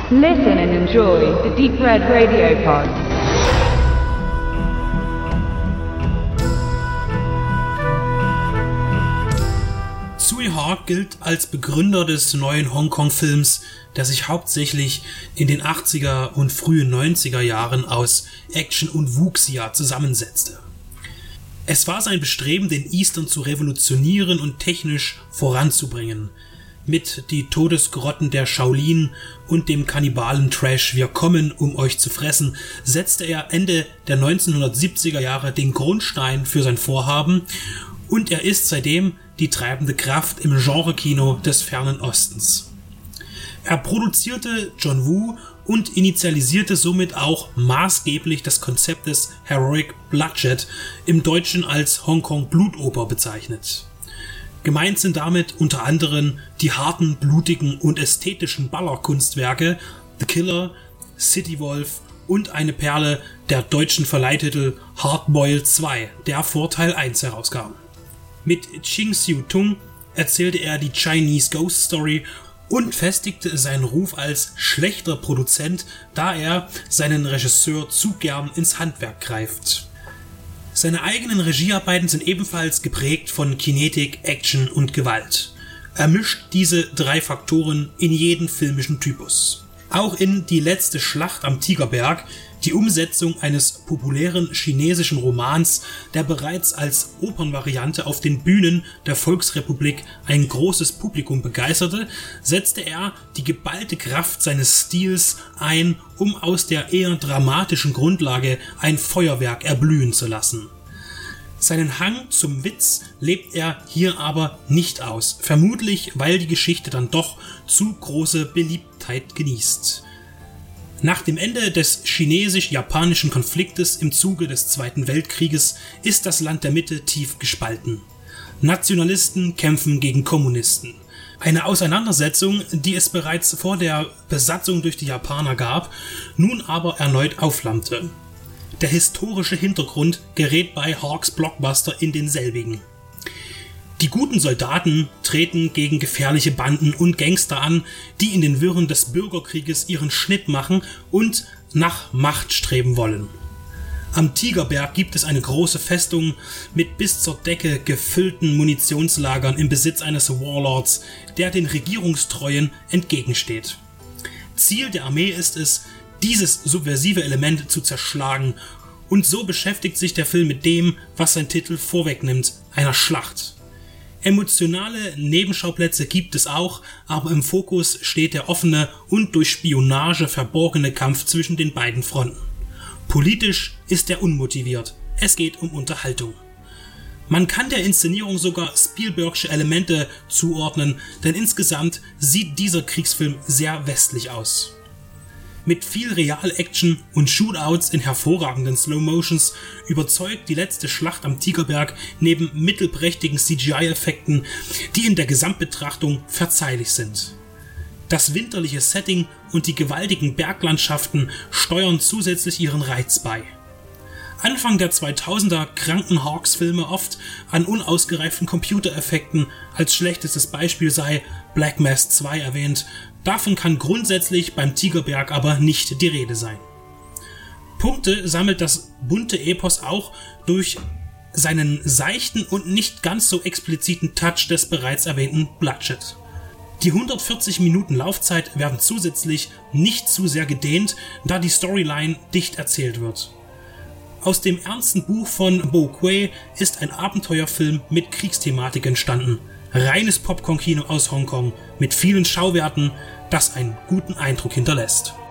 Listen and enjoy the Deep Red Radio Pod. Tsui Hark gilt als Begründer des neuen Hongkong-Films, der sich hauptsächlich in den 80er und frühen 90er Jahren aus Action und Wuxia zusammensetzte. Es war sein Bestreben, den Eastern zu revolutionieren und technisch voranzubringen. Mit Die Todesgrotten der Shaolin und dem Kannibalen-Trash Wir kommen, um euch zu fressen, setzte er Ende der 1970er Jahre den Grundstein für sein Vorhaben und er ist seitdem die treibende Kraft im Genre-Kino des Fernen Ostens. Er produzierte John Woo und initialisierte somit auch maßgeblich das Konzept des Heroic Bloodshed, im Deutschen als Hongkong-Blutoper bezeichnet. Gemeint sind damit unter anderem die harten, blutigen und ästhetischen Ballerkunstwerke The Killer, City Wolf und eine Perle der deutschen Verleihtitel Hardboiled 2, der vor Teil 1 herauskam. Mit Ching Siu Tung erzählte er die Chinese Ghost Story und festigte seinen Ruf als schlechter Produzent, da er seinen Regisseur zu gern ins Handwerk greift. Seine eigenen Regiearbeiten sind ebenfalls geprägt von Kinetik, Action und Gewalt. Er mischt diese drei Faktoren in jeden filmischen Typus. Auch in Die letzte Schlacht am Tigerberg, die Umsetzung eines populären chinesischen Romans, der bereits als Opernvariante auf den Bühnen der Volksrepublik ein großes Publikum begeisterte, setzte er die geballte Kraft seines Stils ein, um aus der eher dramatischen Grundlage ein Feuerwerk erblühen zu lassen. Seinen Hang zum Witz lebt er hier aber nicht aus, vermutlich weil die Geschichte dann doch zu große Beliebtheit genießt. Nach dem Ende des chinesisch-japanischen Konfliktes im Zuge des Zweiten Weltkrieges ist das Land der Mitte tief gespalten. Nationalisten kämpfen gegen Kommunisten. Eine Auseinandersetzung, die es bereits vor der Besatzung durch die Japaner gab, nun aber erneut aufflammte. Der historische Hintergrund gerät bei Harks Blockbuster in denselbigen. Die guten Soldaten treten gegen gefährliche Banden und Gangster an, die in den Wirren des Bürgerkrieges ihren Schnitt machen und nach Macht streben wollen. Am Tigerberg gibt es eine große Festung mit bis zur Decke gefüllten Munitionslagern im Besitz eines Warlords, der den Regierungstreuen entgegensteht. Ziel der Armee ist es, dieses subversive Element zu zerschlagen, und so beschäftigt sich der Film mit dem, was sein Titel vorwegnimmt, einer Schlacht. Emotionale Nebenschauplätze gibt es auch, aber im Fokus steht der offene und durch Spionage verborgene Kampf zwischen den beiden Fronten. Politisch ist er unmotiviert, es geht um Unterhaltung. Man kann der Inszenierung sogar Spielbergsche Elemente zuordnen, denn insgesamt sieht dieser Kriegsfilm sehr westlich aus. Mit viel Real-Action und Shootouts in hervorragenden Slow-Motions überzeugt Die letzte Schlacht am Tigerberg neben mittelprächtigen CGI-Effekten, die in der Gesamtbetrachtung verzeihlich sind. Das winterliche Setting und die gewaltigen Berglandschaften steuern zusätzlich ihren Reiz bei. Anfang der 2000er kranken Hawks-Filme oft an unausgereiften Computereffekten, als schlechtestes Beispiel sei Black Mass 2 erwähnt. Davon kann grundsätzlich beim Tigerberg aber nicht die Rede sein. Punkte sammelt das bunte Epos auch durch seinen seichten und nicht ganz so expliziten Touch des bereits erwähnten Bloodshed. Die 140 Minuten Laufzeit werden zusätzlich nicht zu sehr gedehnt, da die Storyline dicht erzählt wird. Aus dem ernsten Buch von Bo Quay ist ein Abenteuerfilm mit Kriegsthematik entstanden. Reines Popcorn-Kino aus Hongkong mit vielen Schauwerten, das einen guten Eindruck hinterlässt.